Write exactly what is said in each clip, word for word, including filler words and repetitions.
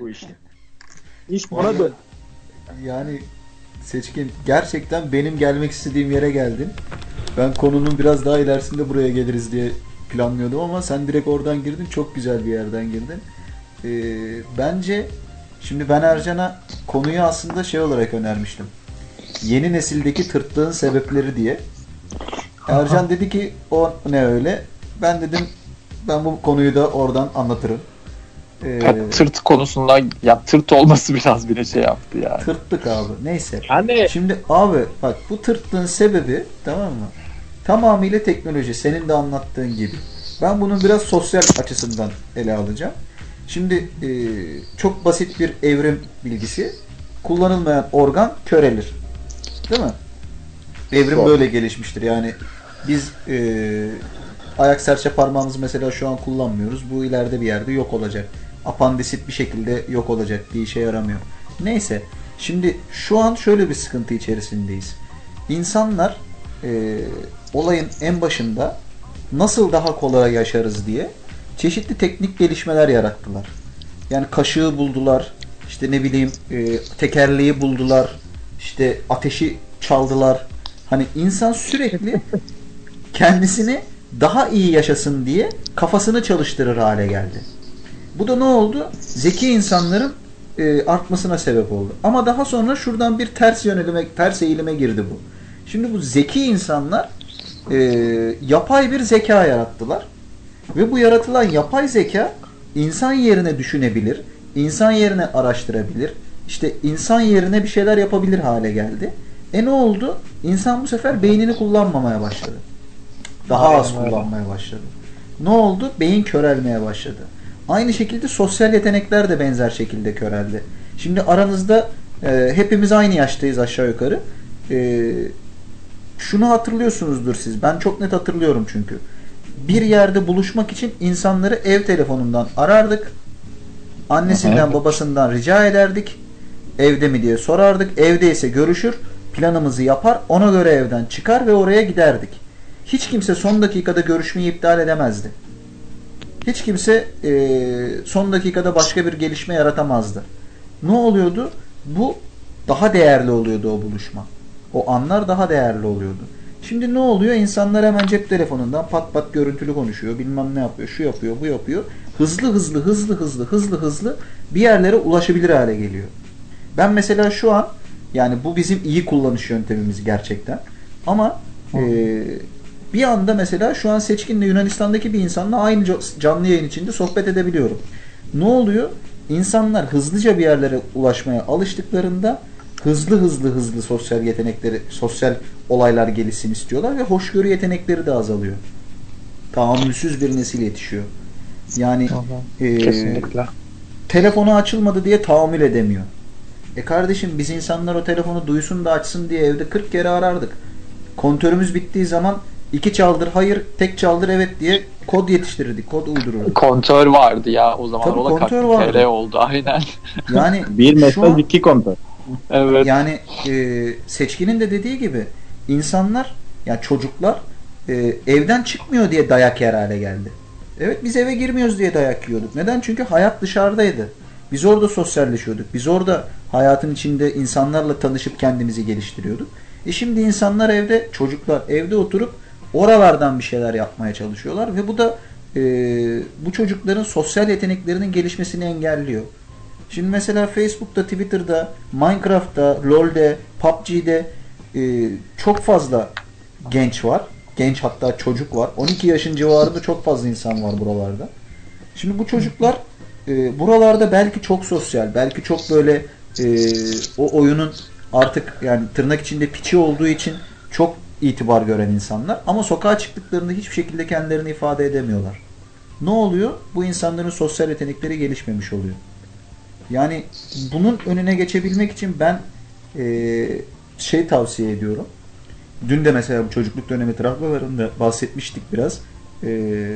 bu işi. İş bana dön. Yani Seçkin, gerçekten benim gelmek istediğim yere geldin. Ben konunun biraz daha ilerisinde buraya geliriz diye planlıyordum ama sen direkt oradan girdin. Çok güzel bir yerden girdin. Ee, bence şimdi ben Ercan'a konuyu aslında şey olarak önermiştim. Yeni nesildeki tırtlığın sebepleri diye. Ercan dedi ki o ne öyle? Ben dedim ben bu konuyu da oradan anlatırım. Ee, Ya, tırt konusunda ya tırt olması biraz bile şey yaptı yani. Tırttık abi. Neyse. Yani Şimdi abi bak, bu tırtlığın sebebi, tamam mı? Tamamıyla teknoloji. Senin de anlattığın gibi. Ben bunun biraz sosyal açısından ele alacağım. Şimdi e, çok basit bir evrim bilgisi. Kullanılmayan organ körelir. Değil mi? Evrim Doğru. böyle gelişmiştir. Yani biz e, ayak serçe parmağımızı mesela şu an kullanmıyoruz. Bu ileride bir yerde yok olacak. Apandisit bir şekilde yok olacak. Bir işe yaramıyor. Neyse. Şimdi şu an şöyle bir sıkıntı içerisindeyiz. İnsanlar e, olayın en başında nasıl daha kolay yaşarız diye çeşitli teknik gelişmeler yarattılar. Yani kaşığı buldular. İşte ne bileyim e, tekerleği buldular. İşte ateşi çaldılar. Hani insan sürekli kendisini daha iyi yaşasın diye kafasını çalıştırır hale geldi. Bu da ne oldu? Zeki insanların e, artmasına sebep oldu. Ama daha sonra şuradan bir ters yönelime, ters eğilime girdi bu. Şimdi bu zeki insanlar e, yapay bir zeka yarattılar. Ve bu yaratılan yapay zeka insan yerine düşünebilir, insan yerine araştırabilir, işte insan yerine bir şeyler yapabilir hale geldi. E ne oldu? İnsan bu sefer beynini kullanmamaya başladı. Daha Aynen az öyle. kullanmaya başladı. Ne oldu? Beyin körelmeye başladı. Aynı şekilde sosyal yetenekler de benzer şekilde köreldi. Şimdi aranızda e, hepimiz aynı yaştayız aşağı yukarı. E, şunu hatırlıyorsunuzdur siz. Ben çok net hatırlıyorum çünkü. Bir yerde buluşmak için insanları ev telefonundan arardık. Annesinden Evet. babasından rica ederdik. Evde mi diye sorardık. Evdeyse görüşür. Planımızı yapar. Ona göre evden çıkar ve oraya giderdik. Hiç kimse son dakikada görüşmeyi iptal edemezdi. Hiç kimse e, son dakikada başka bir gelişme yaratamazdı. Ne oluyordu? Bu daha değerli oluyordu, o buluşma. O anlar daha değerli oluyordu. Şimdi ne oluyor? İnsanlar hemen cep telefonundan pat pat görüntülü konuşuyor. Bilmem ne yapıyor. Şu yapıyor, bu yapıyor. Hızlı hızlı, hızlı hızlı, hızlı hızlı bir yerlere ulaşabilir hale geliyor. Ben mesela şu an, yani bu bizim iyi kullanış yöntemimiz gerçekten. Ama e, bir anda mesela şu an Seçkin'le Yunanistan'daki bir insanla aynı canlı yayın içinde sohbet edebiliyorum. Ne oluyor? İnsanlar hızlıca bir yerlere ulaşmaya alıştıklarında hızlı hızlı hızlı sosyal yetenekleri, sosyal olaylar gelişsin istiyorlar ve hoşgörü yetenekleri de azalıyor. Tahammülsüz bir nesil yetişiyor. Yani e, Kesinlikle. telefonu açılmadı diye tahammül edemiyor. E kardeşim, biz insanlar o telefonu duysun da açsın diye evde kırk kere arardık. Kontörümüz bittiği zaman iki çaldır hayır, tek çaldır evet diye kod yetiştirirdik, kod uydururduk. Kontör vardı ya o zaman. Tabii, o da kontör kaç vardı. T L oldu aynen. Yani bir şu mesaj an, iki kontör. Evet. yani e, Seçkin'in de dediği gibi insanlar, yani çocuklar e, evden çıkmıyor diye dayak yer hale geldi. Evet, biz eve girmiyoruz diye dayak yiyorduk. Neden? Çünkü hayat dışarıdaydı. Biz orada sosyalleşiyorduk. Biz orada hayatın içinde insanlarla tanışıp kendimizi geliştiriyorduk. E şimdi insanlar evde, çocuklar evde oturup oralardan bir şeyler yapmaya çalışıyorlar ve bu da e, bu çocukların sosyal yeteneklerinin gelişmesini engelliyor. Şimdi mesela Facebook'ta, Twitter'da, Minecraft'ta, LoL'de, P U B G'de e, çok fazla genç var. Genç, hatta çocuk var. on iki yaşın civarında çok fazla insan var buralarda. Şimdi bu çocuklar e, buralarda belki çok sosyal, belki çok böyle e, o oyunun artık yani tırnak içinde piçi olduğu için çok itibar gören insanlar. Ama sokağa çıktıklarında hiçbir şekilde kendilerini ifade edemiyorlar. Ne oluyor? Bu insanların sosyal yetenekleri gelişmemiş oluyor. Yani bunun önüne geçebilmek için ben e, şey tavsiye ediyorum. Dün de mesela bu çocukluk dönemi travmalarında bahsetmiştik biraz. E,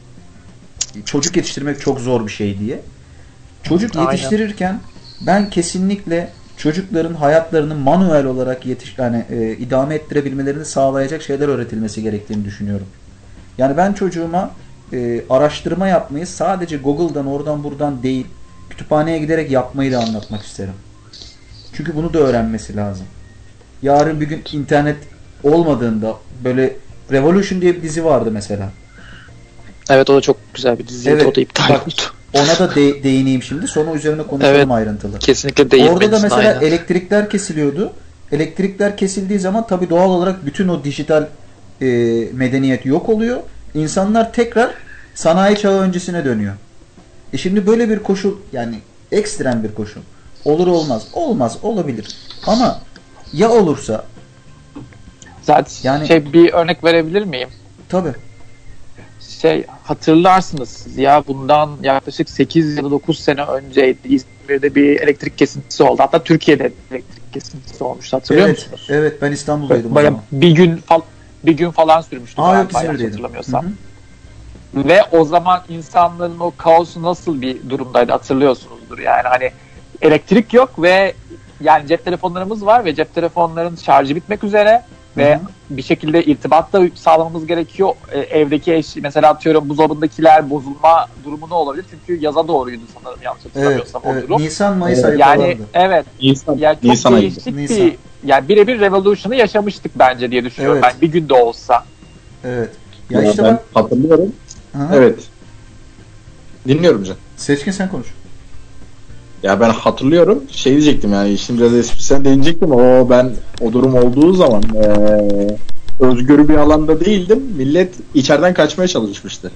çocuk yetiştirmek çok zor bir şey diye. Çocuk Aynen. yetiştirirken ben kesinlikle çocukların hayatlarını manuel olarak yetiş yani e, idame ettirebilmelerini sağlayacak şeyler öğretilmesi gerektiğini düşünüyorum. Yani ben çocuğuma e, araştırma yapmayı sadece Google'dan oradan buradan değil, kütüphaneye giderek yapmayı da anlatmak isterim. Çünkü bunu da öğrenmesi lazım. Yarın bir gün internet olmadığında böyle Revolution diye bir dizi vardı mesela. Evet, o da çok güzel bir diziydi. Evet, O da iptal bak, oldu. ona da de- değineyim şimdi. Sonra üzerine konuşalım Evet, ayrıntılı. kesinlikle değinmelisin. Orada da mesela aynen. elektrikler kesiliyordu. Elektrikler kesildiği zaman tabii doğal olarak bütün o dijital e, medeniyet yok oluyor. İnsanlar tekrar sanayi çağı öncesine dönüyor. E şimdi böyle bir koşul, yani ekstrem bir koşul. Olur olmaz. Olmaz, olabilir. Ama ya olursa, Zaten yani- şey, bir örnek verebilir miyim? tabii. Şey, hatırlarsınız siz ya, bundan yaklaşık sekiz ya da dokuz sene önceydi. İzmir'de bir elektrik kesintisi oldu. Hatta Türkiye'de elektrik kesintisi olmuştu. Hatırlıyor Evet, musunuz? evet, ben İstanbul'daydım o Bayağı zaman. bir gün fal bir gün falan sürmüştü. Aa, galiba, yok, yanlış İzmir'deydim. hatırlamıyorsam. Hı hı. Ve o zaman insanların o kaosu nasıl bir durumdaydı hatırlıyorsunuzdur. Yani hani elektrik yok ve yani cep telefonlarımız var ve cep telefonların şarjı bitmek üzere ve Hı hı. bir şekilde irtibat da sağlamamız gerekiyor. E, evdeki eş, mesela atıyorum buzdolabındakiler bozulma durumu ne olabilir? Çünkü yaza doğruydu sanırım, yanlış Evet, hatırlamıyorsam o evet. durum. Nisan, Mayıs Evet. ayı Yani falandı. evet, Nisan, yani çok Nisan ayıydı. değişik Nisan. bir, yani birebir Revolution'ı yaşamıştık bence diye düşünüyorum Evet. ben, bir günde olsa. Evet. Ya Ya işte ben bak. hatırlıyorum. Hı hı. Evet. Dinliyorum Can. Seçkin, sen konuş. Ya ben hatırlıyorum. Şey diyecektim, yani işin biraz esprisine değinecektim. O ben o durum olduğu zaman eee özgür bir alanda değildim. Millet içeriden kaçmaya çalışmıştı.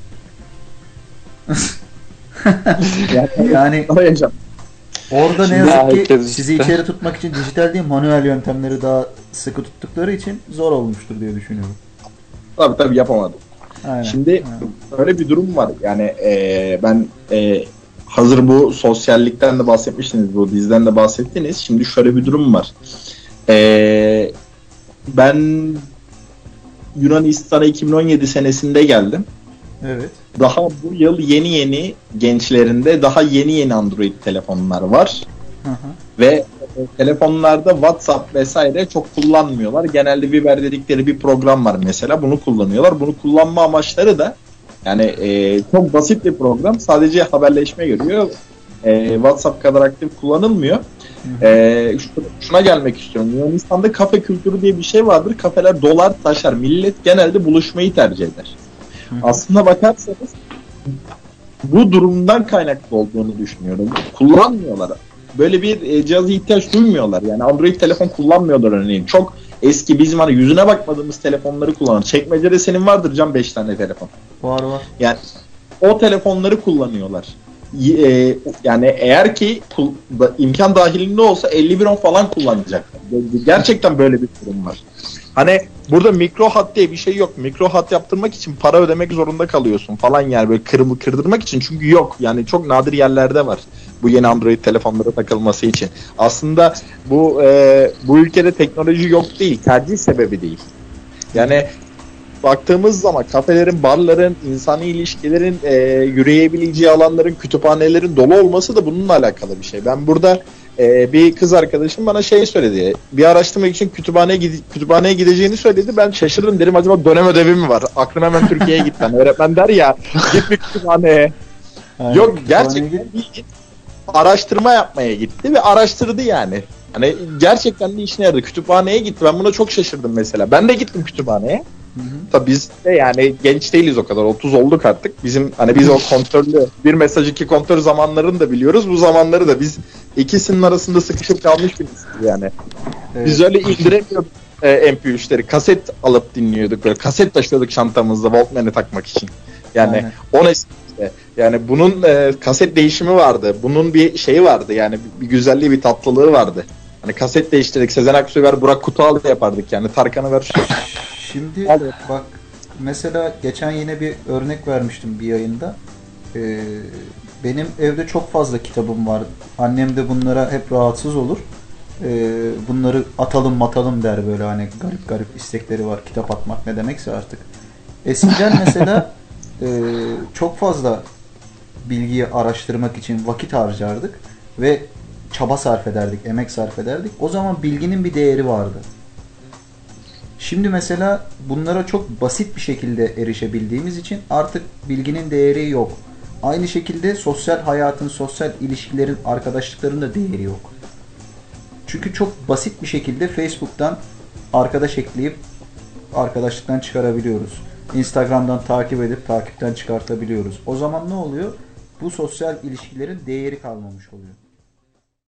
Yani Arayacağım. orada ne Şimdi yazık ki herkes sizi işte- içeri tutmak için dijital değil, manuel yöntemleri daha sıkı tuttukları için zor olmuştur diye düşünüyorum. Tabii tabii yapamadım. Aynen. Şimdi Ha. öyle bir durum var. Yani eee, ben eee, hazır bu sosyallikten de bahsetmiştiniz, bu diziden de bahsettiniz. Şimdi şöyle bir durum var. Eee, ben Yunanistan'a iki bin on yedi senesinde geldim. Evet. Daha bu yıl yeni yeni gençlerinde daha yeni yeni Android telefonlar var. Hı hı. Ve e, telefonlarda WhatsApp vesaire çok kullanmıyorlar. Genelde Viber dedikleri bir program var mesela. Bunu kullanıyorlar. Bunu kullanma amaçları da yani e, çok basit bir program. Sadece haberleşme görüyor. E, WhatsApp kadar aktif kullanılmıyor. Hı hı. E, şu- şuna gelmek istiyorum. Yunanistan'da kafe kültürü diye bir şey vardır. Kafeler dolar taşar. Millet genelde buluşmayı tercih eder. Hı hı. Aslında bakarsanız bu durumdan kaynaklı olduğunu düşünüyorum. Kullanmıyorlar. Böyle bir e, cihaza ihtiyaç duymuyorlar. Yani Android telefon kullanmıyorlar örneğin. Çok eski, bizim hani yüzüne bakmadığımız telefonları kullanan. Çekmecede senin vardır Can beş tane telefon. Var var. Yani o telefonları kullanıyorlar. Y- e, yani eğer ki kul- da- imkan dahilinde olsa elli bir on falan kullanacaklar. Gerçekten böyle bir durum var. Hani burada mikro hat diye bir şey yok. Mikro hat yaptırmak için para ödemek zorunda kalıyorsun falan, yani böyle kırımı kırdırmak için, çünkü yok. Yani çok nadir yerlerde var bu yeni Android telefonlara takılması için. Aslında bu e, bu ülkede teknoloji yok değil, tercih sebebi değil. Yani baktığımız zaman kafelerin, barların, insani ilişkilerin e, yürüyebileceği alanların, kütüphanelerin dolu olması da bununla alakalı bir şey. Ben burada e, bir kız arkadaşım bana şey söyledi. Bir araştırma için kütüphaneye, gide- kütüphaneye gideceğini söyledi. Ben şaşırdım, dedim acaba dönem ödevi mi var? Aklım hemen Türkiye'ye gitti. Yani öğretmen der ya, git bir kütüphaneye. Aynen. Yok, Kütüphaneye gerçekten git. bir araştırma yapmaya gitti ve araştırdı yani. Hani gerçekten de işine yaradı. Kütüphaneye gitti. Ben buna çok şaşırdım mesela. Ben de gittim kütüphaneye. Hı hı. Tabii biz de yani genç değiliz o kadar. otuz olduk artık. Bizim hani biz o kontörlü bir mesaj iki kontör zamanlarını da biliyoruz. Bu zamanları da biz ikisinin arasında sıkışıp kalmış birisiz yani. Evet. Biz öyle indiremiyorduk e, M P üçleri. Kaset alıp dinliyorduk. Böyle kaset taşıyorduk çantamızda Walkman'e takmak için. Yani Aynen. o ne işte. Yani bunun e, kaset değişimi vardı. Bunun bir şeyi vardı. Yani bir, bir güzelliği, bir tatlılığı vardı. Hani kaset değiştirdik. Sezen Aksu'yu ver, Burak Kutualı yapardık yani. Tarkan'ı ver. Şimdi Hadi. bak, mesela geçen yine bir örnek vermiştim bir yayında. Ee, benim evde çok fazla kitabım var. Annem de bunlara hep rahatsız olur. Ee, bunları atalım matalım der, böyle hani garip garip istekleri var. Kitap atmak ne demekse artık. Eskiden mesela e, çok fazla bilgiyi araştırmak için vakit harcardık ve çaba sarf ederdik, emek sarf ederdik. O zaman bilginin bir değeri vardı. Şimdi mesela bunlara çok basit bir şekilde erişebildiğimiz için artık bilginin değeri yok. Aynı şekilde sosyal hayatın, sosyal ilişkilerin, arkadaşlıkların da değeri yok. Çünkü çok basit bir şekilde Facebook'tan arkadaş ekleyip arkadaşlıktan çıkarabiliyoruz. Instagram'dan takip edip takipten çıkartabiliyoruz. O zaman ne oluyor? Bu sosyal ilişkilerin değeri kalmamış oluyor.